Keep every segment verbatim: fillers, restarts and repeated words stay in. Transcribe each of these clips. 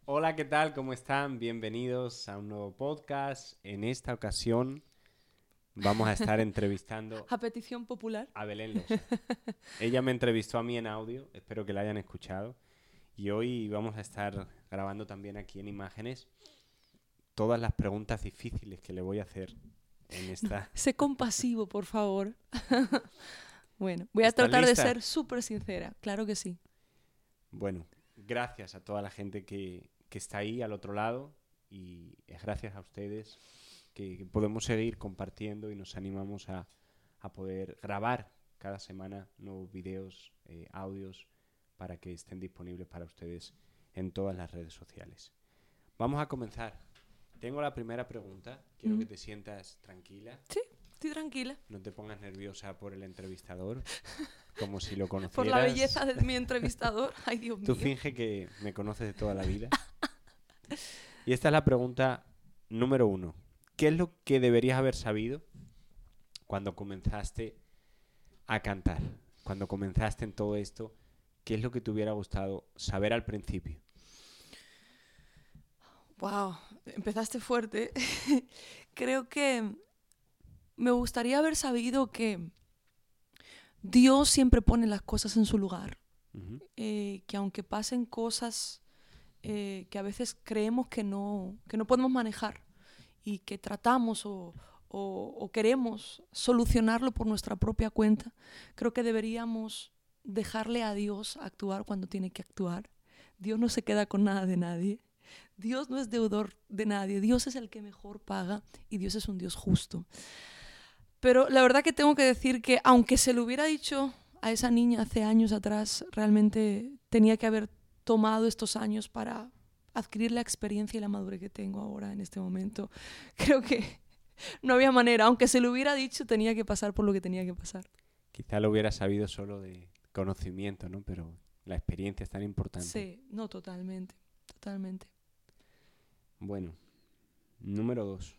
Hola, ¿qué tal? ¿Cómo están? Bienvenidos a un nuevo podcast. En esta ocasión vamos a estar entrevistando A petición popular. a Belén Losa. Ella me entrevistó a mí en audio, espero que la hayan escuchado. Y hoy vamos a estar grabando también aquí en imágenes todas las preguntas difíciles que le voy a hacer en esta... Sé compasivo, por favor. Bueno, voy a ¿Estás tratar de lista? ser súper sincera. Claro que sí. Bueno, gracias a toda la gente que, que está ahí al otro lado y es gracias a ustedes que, que podemos seguir compartiendo y nos animamos a, a poder grabar cada semana nuevos videos, eh, audios, para que estén disponibles para ustedes en todas las redes sociales. Vamos a comenzar. Tengo la primera pregunta. Quiero Mm. que te sientas tranquila. Sí, estoy tranquila. No te pongas nerviosa por el entrevistador, como si lo conocieras. Por la belleza de mi entrevistador. Ay, Dios mío. Tú finge que me conoces de toda la vida. Y esta es la pregunta número uno. ¿Qué es lo que deberías haber sabido cuando comenzaste a cantar? Cuando comenzaste en todo esto, ¿qué es lo que te hubiera gustado saber al principio? Wow, empezaste fuerte. Creo que me gustaría haber sabido que Dios siempre pone las cosas en su lugar. Uh-huh. Eh, que aunque pasen cosas eh, que a veces creemos que no, que no podemos manejar y que tratamos o, o, o queremos solucionarlo por nuestra propia cuenta, creo que deberíamos dejarle a Dios actuar cuando tiene que actuar. Dios no se queda con nada de nadie. Dios no es deudor de nadie. Dios es el que mejor paga y Dios es un Dios justo. Pero la verdad que tengo que decir que aunque se lo hubiera dicho a esa niña hace años atrás, realmente tenía que haber tomado estos años para adquirir la experiencia y la madurez que tengo ahora en este momento. Creo que no había manera. Aunque se lo hubiera dicho, tenía que pasar por lo que tenía que pasar. Quizá lo hubiera sabido solo de conocimiento, ¿no? Pero la experiencia es tan importante. Sí, no, totalmente, totalmente. Bueno, número dos.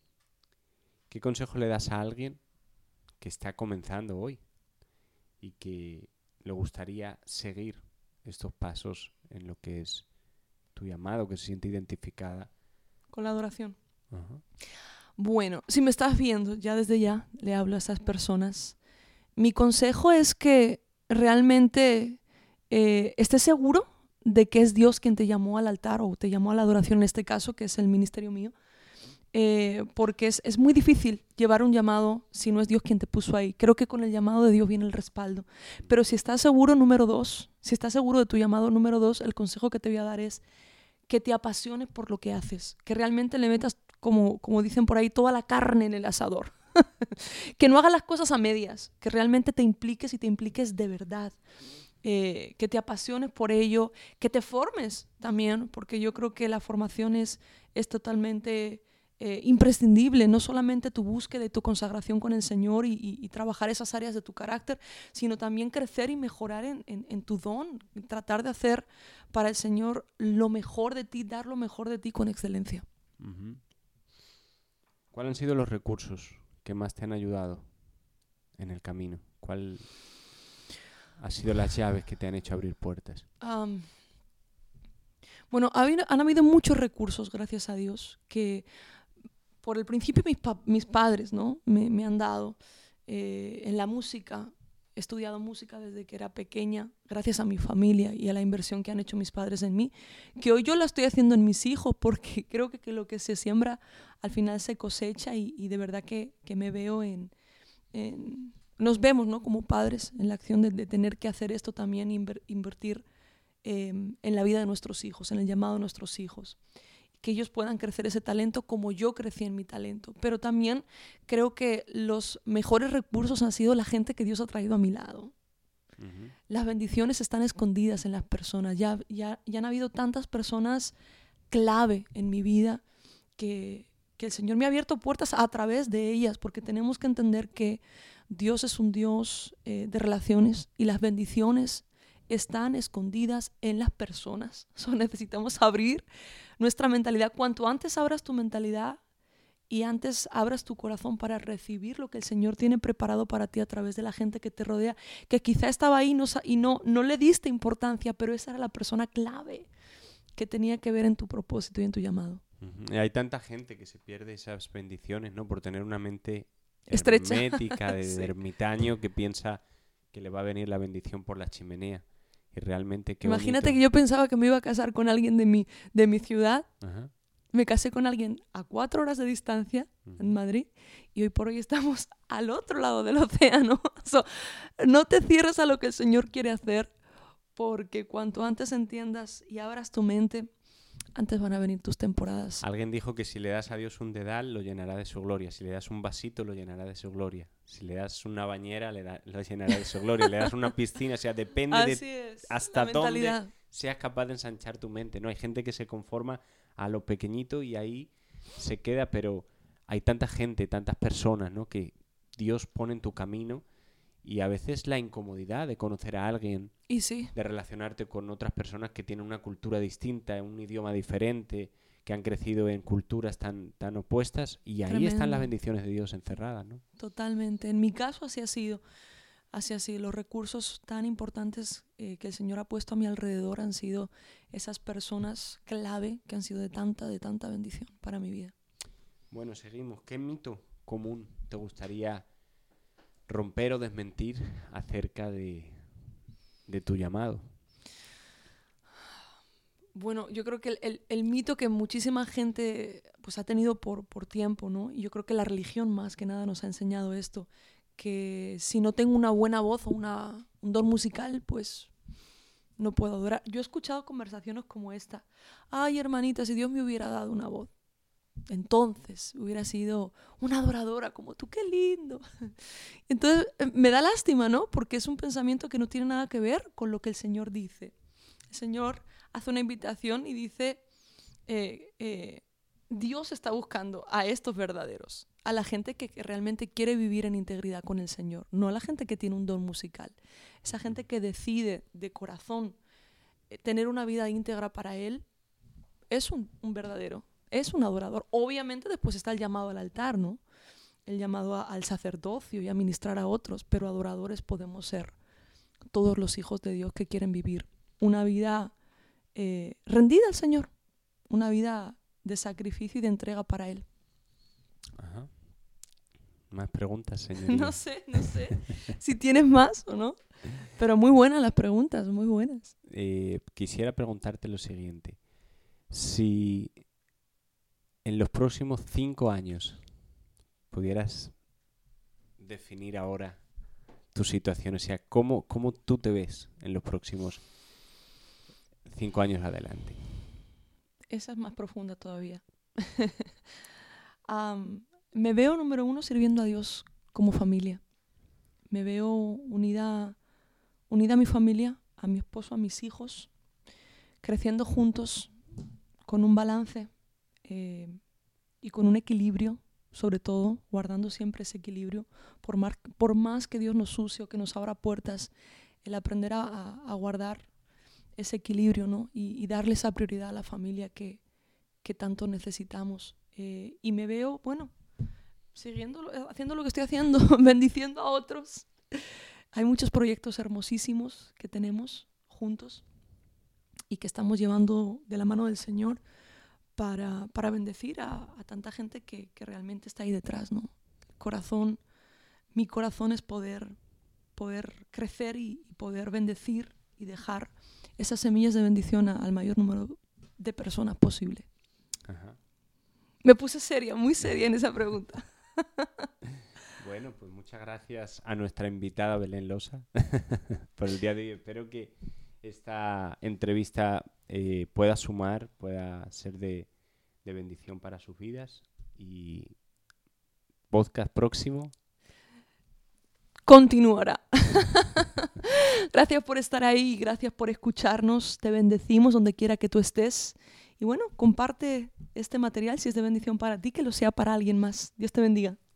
¿Qué consejo le das a alguien que está comenzando hoy y que le gustaría seguir estos pasos en lo que es tu llamado, que se siente identificada? Con la adoración. Uh-huh. Bueno, si me estás viendo, ya desde ya le hablo a esas personas. Mi consejo es que realmente eh, estés seguro de que es Dios quien te llamó al altar o te llamó a la adoración en este caso, que es el ministerio mío. Eh, porque es, es muy difícil llevar un llamado si no es Dios quien te puso ahí. Creo que con el llamado de Dios viene el respaldo. Pero si estás seguro, número dos, si estás seguro de tu llamado, número dos, el consejo que te voy a dar es que te apasiones por lo que haces, que realmente le metas, como, como dicen por ahí, toda la carne en el asador. Que no hagas las cosas a medias, que realmente te impliques y te impliques de verdad. Eh, que te apasiones por ello, que te formes también, porque yo creo que la formación es, es totalmente eh, imprescindible, no solamente tu búsqueda y tu consagración con el Señor y, y, y trabajar esas áreas de tu carácter, sino también crecer y mejorar en, en, en tu don, tratar de hacer para el Señor lo mejor de ti, dar lo mejor de ti con excelencia. Uh-huh. ¿Cuáles han sido los recursos que más te han ayudado en el camino? ¿Cuál han sido las llaves que te han hecho abrir puertas? Um, bueno, ha habido, han habido muchos recursos, gracias a Dios, que por el principio mis, pa- mis padres, ¿no? me, me han dado eh, en la música. He estudiado música desde que era pequeña, gracias a mi familia y a la inversión que han hecho mis padres en mí, que hoy yo la estoy haciendo en mis hijos, porque creo que, que lo que se siembra al final se cosecha y, y de verdad que, que me veo en... en nos vemos, ¿no? Como padres en la acción de, de tener que hacer esto también, inver, invertir eh, en la vida de nuestros hijos, en el llamado de nuestros hijos. Que ellos puedan crecer ese talento como yo crecí en mi talento. Pero también creo que los mejores recursos han sido la gente que Dios ha traído a mi lado. Uh-huh. Las bendiciones están escondidas en las personas. Ya, ya, ya han habido tantas personas clave en mi vida que, que el Señor me ha abierto puertas a través de ellas, porque tenemos que entender que Dios es un Dios eh, de relaciones y las bendiciones están escondidas en las personas. So, necesitamos abrir nuestra mentalidad. Cuanto antes abras tu mentalidad y antes abras tu corazón para recibir lo que el Señor tiene preparado para ti a través de la gente que te rodea, que quizá estaba ahí no, y no, no le diste importancia, pero esa era la persona clave que tenía que ver en tu propósito y en tu llamado. Uh-huh. Y hay tanta gente que se pierde esas bendiciones, ¿no? Por tener una mente Estrecha. hermética, de, Sí. de ermitaño, que piensa que le va a venir la bendición por la chimenea. Y realmente qué Imagínate bonito. que yo pensaba que me iba a casar con alguien de mi, de mi ciudad. Ajá. Me casé con alguien a cuatro horas de distancia Uh-huh. en Madrid y hoy por hoy estamos al otro lado del océano. So, no te cierres a lo que el Señor quiere hacer, porque cuanto antes entiendas y abras tu mente, antes van a venir tus temporadas. Alguien dijo que si le das a Dios un dedal, lo llenará de su gloria. Si le das un vasito, lo llenará de su gloria. Si le das una bañera, le da, lo llenará de su gloria. Le das una piscina, o sea, depende Así de es, hasta la dónde mentalidad. seas capaz de ensanchar tu mente, ¿no? Hay gente que se conforma a lo pequeñito y ahí se queda, pero hay tanta gente, tantas personas, ¿no? Que Dios pone en tu camino y a veces la incomodidad de conocer a alguien, Y sí, de relacionarte con otras personas que tienen una cultura distinta, un idioma diferente, que han crecido en culturas tan, tan opuestas, y ahí Tremendo. están las bendiciones de Dios encerradas, ¿no? totalmente. En mi caso así ha sido. Así ha sido. Los recursos tan importantes eh, que el Señor ha puesto a mi alrededor han sido esas personas clave que han sido de tanta, de tanta bendición para mi vida. Bueno, seguimos. ¿Qué mito común te gustaría romper o desmentir acerca de, de tu llamado? Bueno, yo creo que el, el, el mito que muchísima gente pues, ha tenido por, por tiempo, ¿no? Y yo creo que la religión más que nada nos ha enseñado esto, que si no tengo una buena voz o una, un don musical, pues no puedo adorar. Yo he escuchado conversaciones como esta. Ay, hermanita, si Dios me hubiera dado una voz, entonces hubiera sido una adoradora como tú, qué lindo. Entonces me da lástima, ¿no? Porque es un pensamiento que no tiene nada que ver con lo que el Señor dice. El Señor hace una invitación y dice, eh, eh, Dios está buscando a estos verdaderos, a la gente que, que realmente quiere vivir en integridad con el Señor, no a la gente que tiene un don musical. Esa gente que decide de corazón eh, tener una vida íntegra para Él, es un, un verdadero, es un adorador. Obviamente después está el llamado al altar, ¿no? El llamado a, al sacerdocio y a ministrar a otros, pero adoradores podemos ser todos los hijos de Dios que quieren vivir una vida eh, rendida al Señor, una vida de sacrificio y de entrega para Él. Ajá. Más preguntas, señoría. No sé, no sé si tienes más o no, pero muy buenas las preguntas, muy buenas. Eh, quisiera preguntarte lo siguiente. Si en los próximos cinco años pudieras definir ahora tu situación, o sea, ¿cómo, cómo tú te ves en los próximos cinco años adelante? Esa es más profunda todavía. um, me veo, número uno, sirviendo a Dios como familia. Me veo unida, unida a mi familia, a mi esposo, a mis hijos, creciendo juntos con un balance eh, y con un equilibrio, sobre todo, guardando siempre ese equilibrio, por más, por más que Dios nos use o que nos abra puertas, el aprender a, a guardar ese equilibrio, ¿no? y, y darle esa prioridad a la familia que, que tanto necesitamos. Eh, y me veo, bueno, siguiendo, haciendo lo que estoy haciendo, bendiciendo a otros. Hay muchos proyectos hermosísimos que tenemos juntos y que estamos llevando de la mano del Señor para, para bendecir a, a tanta gente que, que realmente está ahí detrás, ¿no? El corazón, mi corazón es poder, poder crecer y, y poder bendecir y dejar esas semillas de bendición a, al mayor número de personas posible. Ajá. Me puse seria, muy seria en esa pregunta. Bueno, pues muchas gracias a nuestra invitada Belén Losa por el día de hoy. Espero que esta entrevista eh, pueda sumar, pueda ser de, de bendición para sus vidas. Y podcast próximo continuará. Gracias por estar ahí, gracias por escucharnos. Te bendecimos donde quiera que tú estés. Y bueno, comparte este material si es de bendición para ti, que lo sea para alguien más. Dios te bendiga.